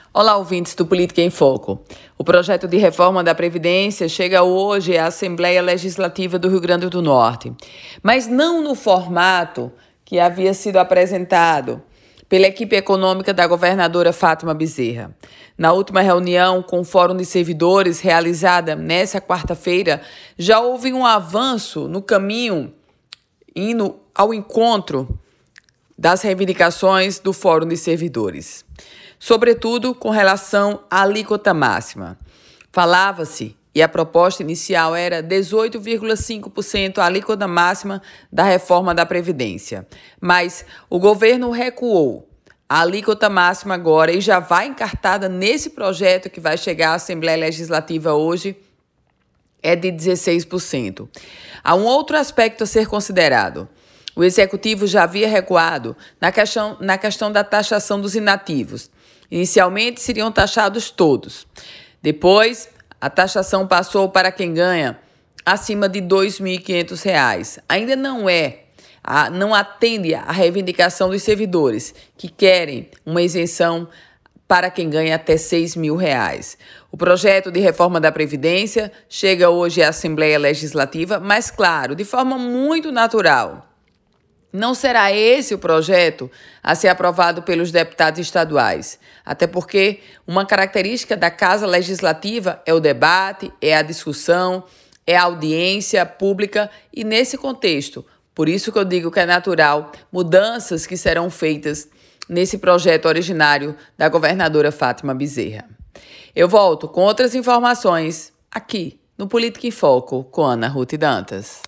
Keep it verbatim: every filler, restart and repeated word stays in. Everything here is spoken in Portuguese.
Olá, ouvintes do Política em Foco. O projeto de reforma da Previdência chega hoje à Assembleia Legislativa do Rio Grande do Norte, mas não no formato que havia sido apresentado pela equipe econômica da governadora Fátima Bezerra. Na última reunião com o Fórum de Servidores, realizada nesta quarta-feira, já houve um avanço no caminho indo ao encontro das reivindicações do Fórum de Servidores, sobretudo com relação à alíquota máxima. Falava-se, e a proposta inicial era dezoito vírgula cinco por cento a alíquota máxima da reforma da Previdência, mas o governo recuou a alíquota máxima agora e já vai encartada nesse projeto que vai chegar à Assembleia Legislativa hoje, é de dezesseis por cento. Há um outro aspecto a ser considerado. O Executivo já havia recuado na questão, na questão da taxação dos inativos. Inicialmente seriam taxados todos. Depois, a taxação passou para quem ganha acima de dois mil e quinhentos reais. Ainda não é, a, não atende à reivindicação dos servidores, que querem uma isenção para quem ganha até seis mil reais. O projeto de reforma da Previdência chega hoje à Assembleia Legislativa, mas, claro, de forma muito natural. Não será esse o projeto a ser aprovado pelos deputados estaduais, até porque uma característica da Casa Legislativa é o debate, é a discussão, é a audiência pública e, nesse contexto, por isso que eu digo que é natural, mudanças que serão feitas nesse projeto originário da governadora Fátima Bezerra. Eu volto com outras informações aqui no Política em Foco com Ana Ruth Dantas.